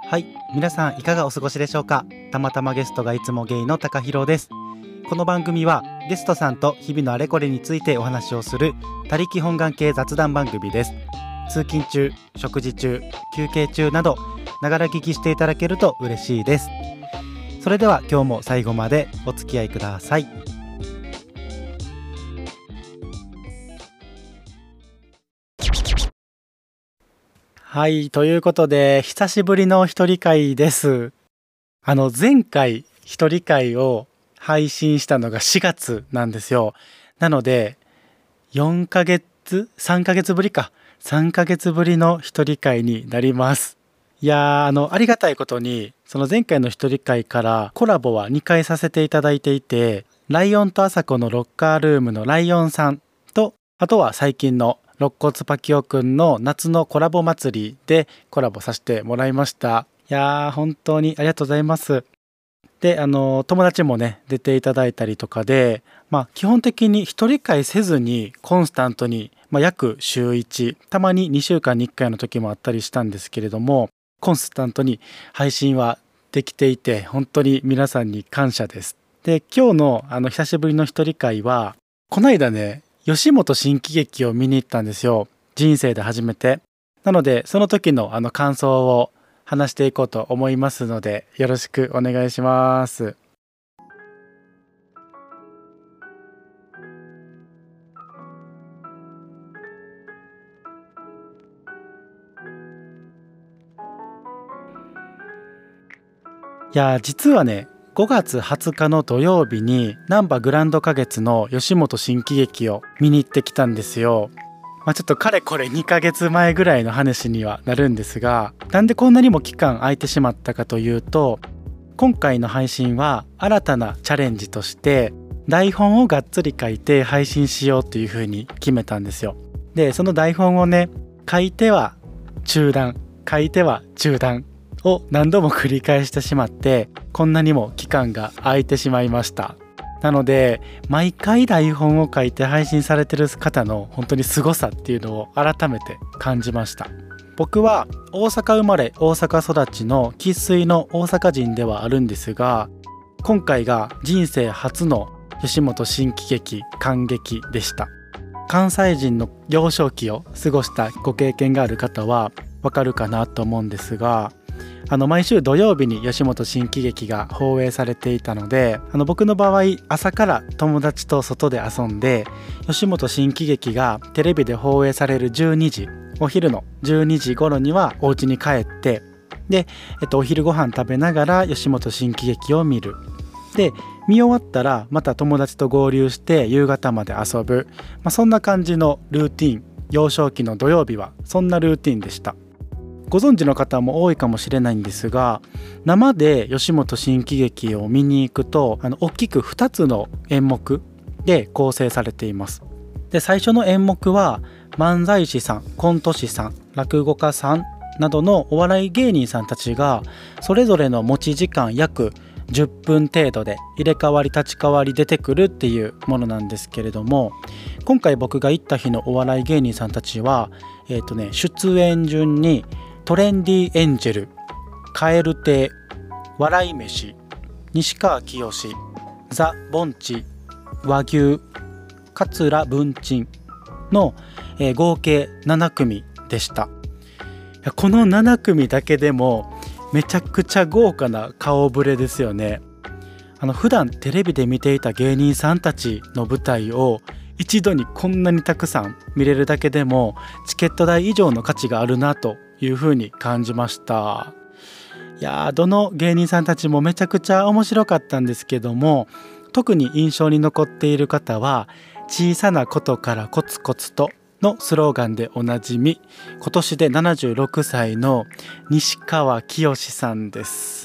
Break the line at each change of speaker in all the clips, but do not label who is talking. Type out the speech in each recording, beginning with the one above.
はい、皆さんいかがお過ごしでしょうか。たまたまゲストがいつもゲイの高弘です。この番組はゲストさんと日々のあれこれについてお話をする他力本願系雑談番組です。通勤中、食事中、休憩中などながら聞きしていただけると嬉しいです。それでは今日も最後までお付き合いください。はい、ということで久しぶりの一人会です。前回一人会を配信したのが4月なんですよ。なので3ヶ月ぶりか3ヶ月ぶりの一人会になります。いやありがたいことにその前回の一人会からコラボは2回させていただいていて、ライオンとあさこのロッカールームのライオンさんと、あとは最近の肋骨パキオくんの夏のコラボ祭りでコラボさせてもらいました。いやー本当にありがとうございます。で友達もね出ていただいたりとかで、基本的に一人会せずにコンスタントに、約週1、たまに2週間に1回の時もあったりしたんですけれども、コンスタントに配信はできていて本当に皆さんに感謝です。で今日の久しぶりの一人会はこの間ね吉本新喜劇を見に行ったんですよ。人生で初めて。なのでその時の感想を話していこうと思いますのでよろしくお願いします。いや実はね5月20日の土曜日になんばグランド花月の吉本新喜劇を見に行ってきたんですよ。ちょっとかれこれ2ヶ月前ぐらいの話にはなるんですが、なんでこんなにも期間空いてしまったかというと、今回の配信は新たなチャレンジとして台本をがっつり書いて配信しようというふうに決めたんですよ。でその台本をね書いては中断書いては中断を何度も繰り返してしまって、こんなにも期間が空いてしまいました。なので毎回台本を書いて配信されてる方の本当に凄さっていうのを改めて感じました。僕は大阪生まれ大阪育ちの生粋の大阪人ではあるんですが、今回が人生初の吉本新喜劇観劇でした。関西人の幼少期を過ごしたご経験がある方はわかるかなと思うんですが、毎週土曜日に吉本新喜劇が放映されていたので、僕の場合朝から友達と外で遊んで、吉本新喜劇がテレビで放映される12時、お昼の12時頃にはお家に帰って、で、お昼ご飯食べながら吉本新喜劇を見る。で見終わったらまた友達と合流して夕方まで遊ぶ、そんな感じのルーティン。幼少期の土曜日はそんなルーティンでした。ご存知の方も多いかもしれないんですが、生で吉本新喜劇を見に行くと大きく2つの演目で構成されています。で最初の演目は漫才師さん、コント師さん、落語家さんなどのお笑い芸人さんたちがそれぞれの持ち時間約10分程度で入れ替わり立ち替わり出てくるっていうものなんですけれども、今回僕が行った日のお笑い芸人さんたちは出演順にトレンディエンジェル、蛙亭、笑い飯、西川きよし、ザ・ボンチ、和牛、桂文珍の、合計7組でした。この7組だけでもめちゃくちゃ豪華な顔ぶれですよね。普段テレビで見ていた芸人さんたちの舞台を一度にこんなにたくさん見れるだけでもチケット代以上の価値があるなというふうに感じました。いやどの芸人さんたちもめちゃくちゃ面白かったんですけども、特に印象に残っている方は小さなことからコツコツとのスローガンでおなじみ、今年で76歳の西川きよしさんです。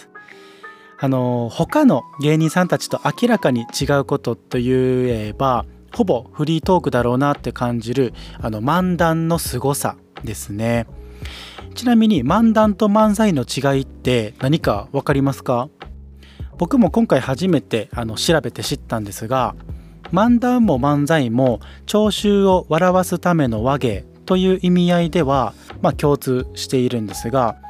他の芸人さんたちと明らかに違うことといえばほぼフリートークだろうなって感じる漫談の凄さですね。ちなみに漫談と漫才の違いって何か分かりますか？僕も今回初めて調べて知ったんですが、漫談も漫才も聴衆を笑わすための話芸という意味合いでは、共通しているんですが、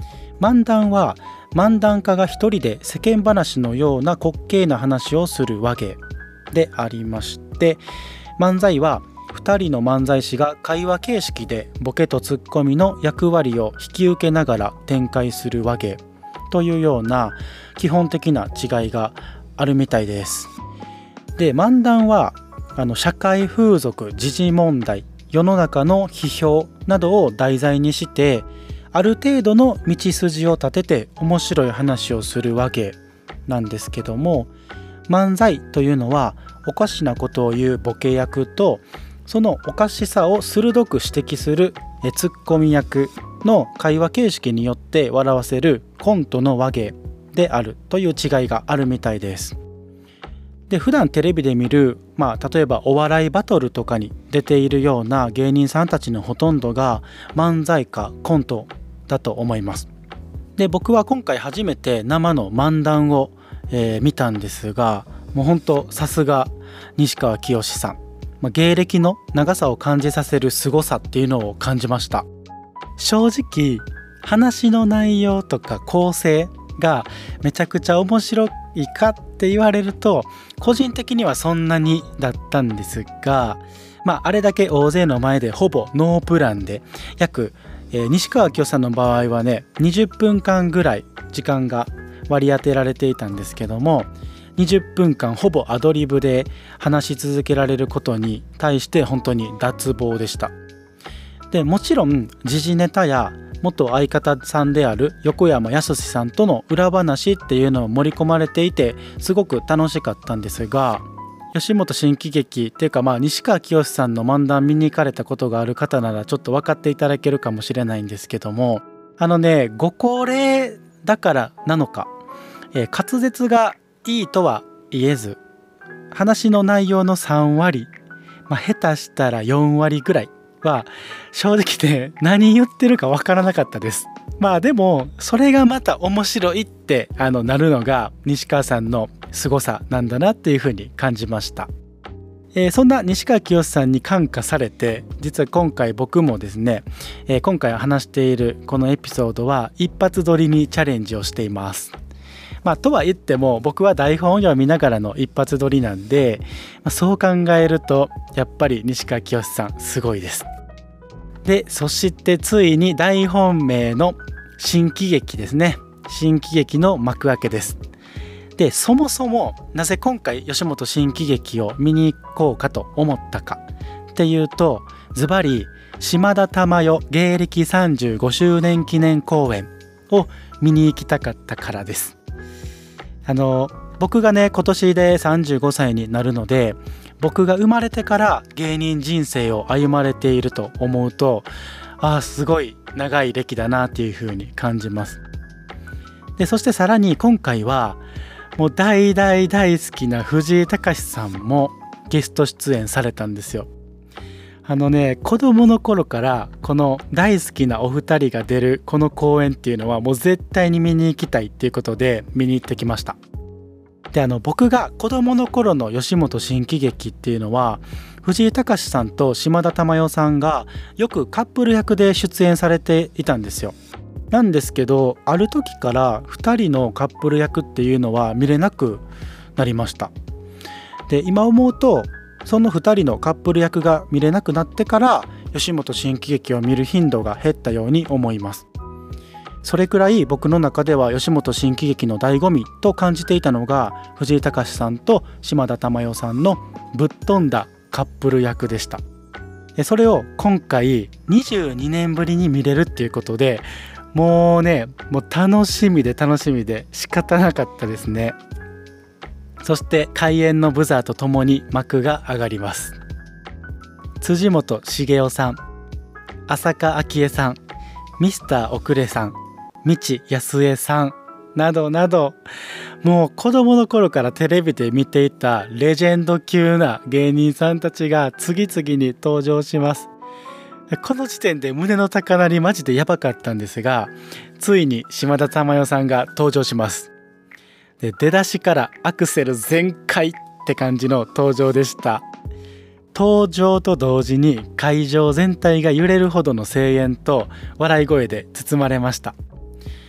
漫談は漫談家が一人で世間話のような滑稽な話をする話芸でありまして、漫才は2人の漫才師が会話形式でボケとツッコミの役割を引き受けながら展開する話芸というような基本的な違いがあるみたいです。で、漫談は社会風俗、時事問題、世の中の批評などを題材にして、ある程度の道筋を立てて面白い話をする話芸なんですけども、漫才というのはおかしなことを言うボケ役と、そのおかしさを鋭く指摘するツッコミ役の会話形式によって笑わせるコントの話芸であるという違いがあるみたいです。で、普段テレビで見る、例えばお笑いバトルとかに出ているような芸人さんたちのほとんどが漫才かコントだと思います。で、僕は今回初めて生の漫談を、見たんですが、もう本当さすが西川きよしさん、芸歴の長さを感じさせる凄さっていうのを感じました。正直話の内容とか構成がめちゃくちゃ面白いかって言われると、個人的にはそんなにだったんですが、あれだけ大勢の前でほぼノープランで約、西川きよしさんの場合はね20分間ぐらい時間が割り当てられていたんですけども、20分間ほぼアドリブで話し続けられることに対して本当に脱帽でした。で、もちろん時事ネタや元相方さんである横山やすしさんとの裏話っていうのを盛り込まれていてすごく楽しかったんですが、吉本新喜劇っていうか西川きよしさんの漫談見に行かれたことがある方ならちょっと分かっていただけるかもしれないんですけども、ご高齢だからなのか、滑舌がいいとは言えず、話の内容の3割、下手したら4割ぐらいは正直ね何言ってるか分からなかったです。でもそれがまた面白いってなるのが西川さんの凄さなんだなっていうふうに感じました。そんな西川きよしさんに感化されて、実は今回僕もですね、今回話しているこのエピソードは一発撮りにチャレンジをしています。とは言っても僕は台本を読みながらの一発撮りなんで、そう考えるとやっぱり西川きよしさんすごいです。で、そしてついに大本命の新喜劇ですね。新喜劇の幕開けです。で、そもそもなぜ今回吉本新喜劇を見に行こうかと思ったかっていうと、ズバリ島田珠代芸歴35周年記念公演を見に行きたかったからです。僕がね今年で35歳になるので、僕が生まれてから芸人人生を歩まれていると思うと、すごい長い歴だなっていう風に感じます。で、そしてさらに今回はもう大大大好きな藤井隆さんもゲスト出演されたんですよ。子供の頃からこの大好きなお二人が出るこの公演っていうのはもう絶対に見に行きたいっていうことで見に行ってきました。で、僕が子供の頃の吉本新喜劇っていうのは藤井隆さんと島田珠代さんがよくカップル役で出演されていたんですよ。なんですけど、ある時から2人のカップル役っていうのは見れなくなりました。で、今思うとその2人のカップル役が見れなくなってから吉本新喜劇を見る頻度が減ったように思います。それくらい僕の中では吉本新喜劇の醍醐味と感じていたのが藤井隆さんと島田珠代さんのぶっ飛んだカップル役でした。それを今回22年ぶりに見れるっていうことでもう楽しみで仕方なかったですね。そして開演のブザーとともに幕が上がります。辻本茂雄さん、浅香昭恵さん、ミスターおくれさん、道康江さんなどなど、もう子供の頃からテレビで見ていたレジェンド級な芸人さんたちが次々に登場します。この時点で胸の高鳴りマジでやばかったんですが、ついに島田珠代さんが登場します。で、出だしからアクセル全開って感じの登場でした。登場と同時に会場全体が揺れるほどの声援と笑い声で包まれました。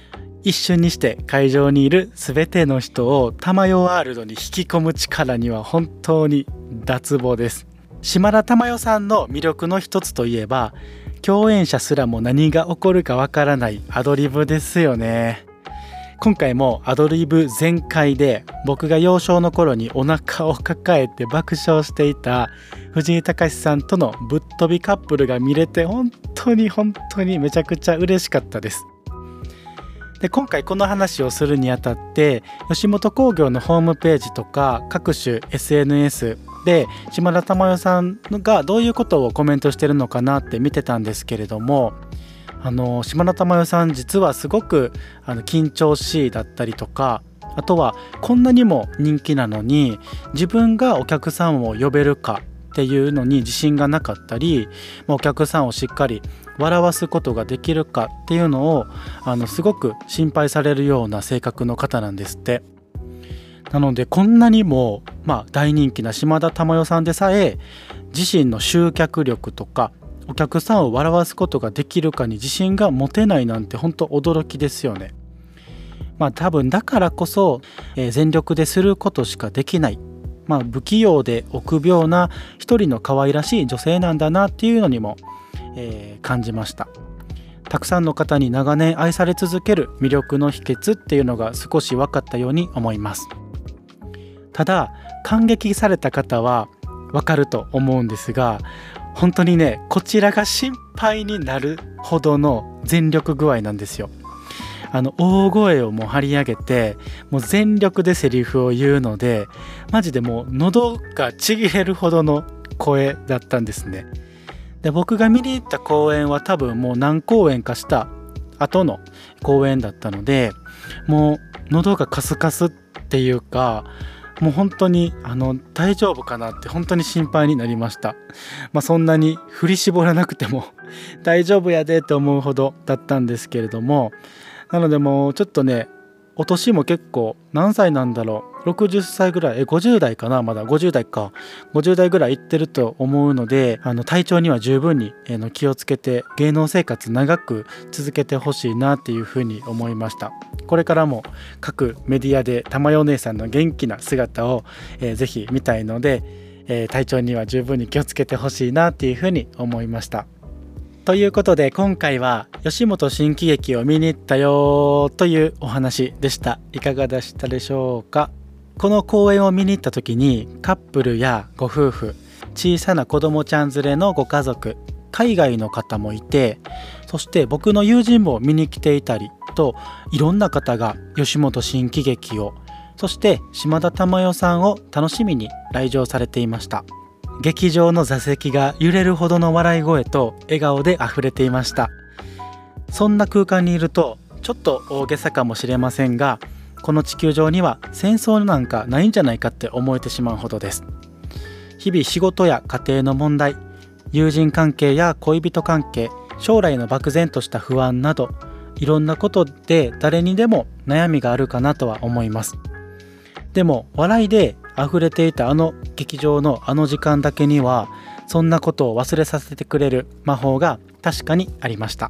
一瞬にして会場にいる全ての人を玉代ワールドに引き込む力には本当に脱帽です。島田珠代さんの魅力の一つといえば、共演者すらも何が起こるかわからないアドリブですよね。今回もアドリブ全開で、僕が幼少の頃にお腹を抱えて爆笑していた藤井隆さんとのぶっ飛びカップルが見れて本当にめちゃくちゃ嬉しかったです。で、今回この話をするにあたって吉本興業のホームページとか各種 SNS で島田珠代さんがどういうことをコメントしてるのかなって見てたんですけれども、島田珠代さん実はすごく緊張しいだったりとか、あとはこんなにも人気なのに自分がお客さんを呼べるかっていうのに自信がなかったり、お客さんをしっかり笑わすことができるかっていうのをすごく心配されるような性格の方なんですって。なのでこんなにも大人気な島田珠代さんでさえ自身の集客力とかお客さんを笑わすことができるかに自信が持てないなんて本当驚きですよね。多分だからこそ、全力ですることしかできない、不器用で臆病な一人の可愛らしい女性なんだなっていうのにも、感じました。たくさんの方に長年愛され続ける魅力の秘訣っていうのが少し分かったように思います。ただ感激された方は分かると思うんですが、本当にね、こちらが心配になるほどの全力具合なんですよ。大声をもう張り上げてもう全力でセリフを言うので、マジでもう喉がちぎれるほどの声だったんですね。で、僕が見に行った公演は多分もう何公演かした後の公演だったので、もう喉がカスカスっていうか、もう本当に大丈夫かなって本当に心配になりました。そんなに振り絞らなくても大丈夫やでと思うほどだったんですけれども、なのでもうちょっとね、お年も結構何歳なんだろう、60歳ぐらい、50代かな、まだ50代か、50代ぐらいいってると思うので、体調には十分に気をつけて芸能生活長く続けてほしいなっていうふうに思いました。これからも各メディアで玉代お姉さんの元気な姿を、ぜひ見たいので、体調には十分に気をつけてほしいなっていうふうに思いました。ということで今回は吉本新喜劇を見に行ったよというお話でした。いかがでしたでしょうか。この公演を見に行った時にカップルやご夫婦、小さな子供ちゃん連れのご家族、海外の方もいて、そして僕の友人も見に来ていたりと、いろんな方が吉本新喜劇を、そして島田珠代さんを楽しみに来場されていました。劇場の座席が揺れるほどの笑い声と笑顔であふれていました。そんな空間にいるとちょっと大げさかもしれませんが、この地球上には戦争なんかないんじゃないかって思えてしまうほどです。日々仕事や家庭の問題、友人関係や恋人関係、将来の漠然とした不安など、いろんなことで誰にでも悩みがあるかなとは思います。でも笑いで溢れていた劇場の時間だけには、そんなことを忘れさせてくれる魔法が確かにありました。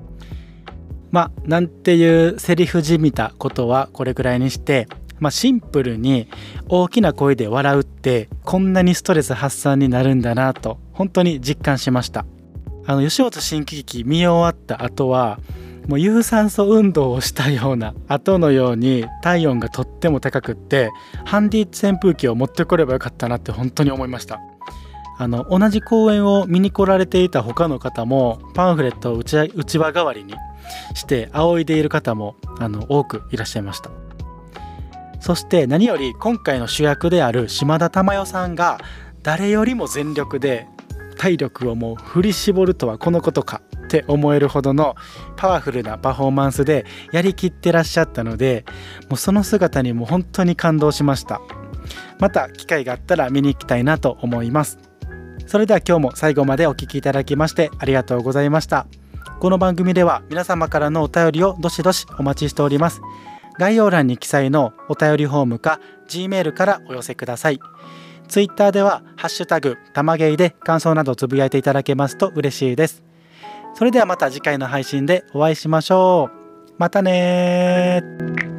なんていうセリフじみたことはこれくらいにして、シンプルに大きな声で笑うってこんなにストレス発散になるんだなと本当に実感しました。吉本新喜劇見終わった後はもう有酸素運動をしたような後のように体温がとっても高くって、ハンディ扇風機を持ってこればよかったなって本当に思いました。同じ公演を見に来られていた他の方もパンフレットをうちわ代わりにして仰いでいる方も多くいらっしゃいました。そして何より今回の主役である島田珠代さんが誰よりも全力で体力をもう振り絞るとはこのことかって思えるほどのパワフルなパフォーマンスでやりきってらっしゃったので、もうその姿にも本当に感動しました。また機会があったら見に行きたいなと思います。それでは今日も最後までお聞きいただきましてありがとうございました。この番組では皆様からのお便りをどしどしお待ちしております。概要欄に記載のお便りフォームか Gmail からお寄せください。ツイッターではハッシュタグたまげいで感想などつぶやいていただけますと嬉しいです。それではまた次回の配信でお会いしましょう。 またねー。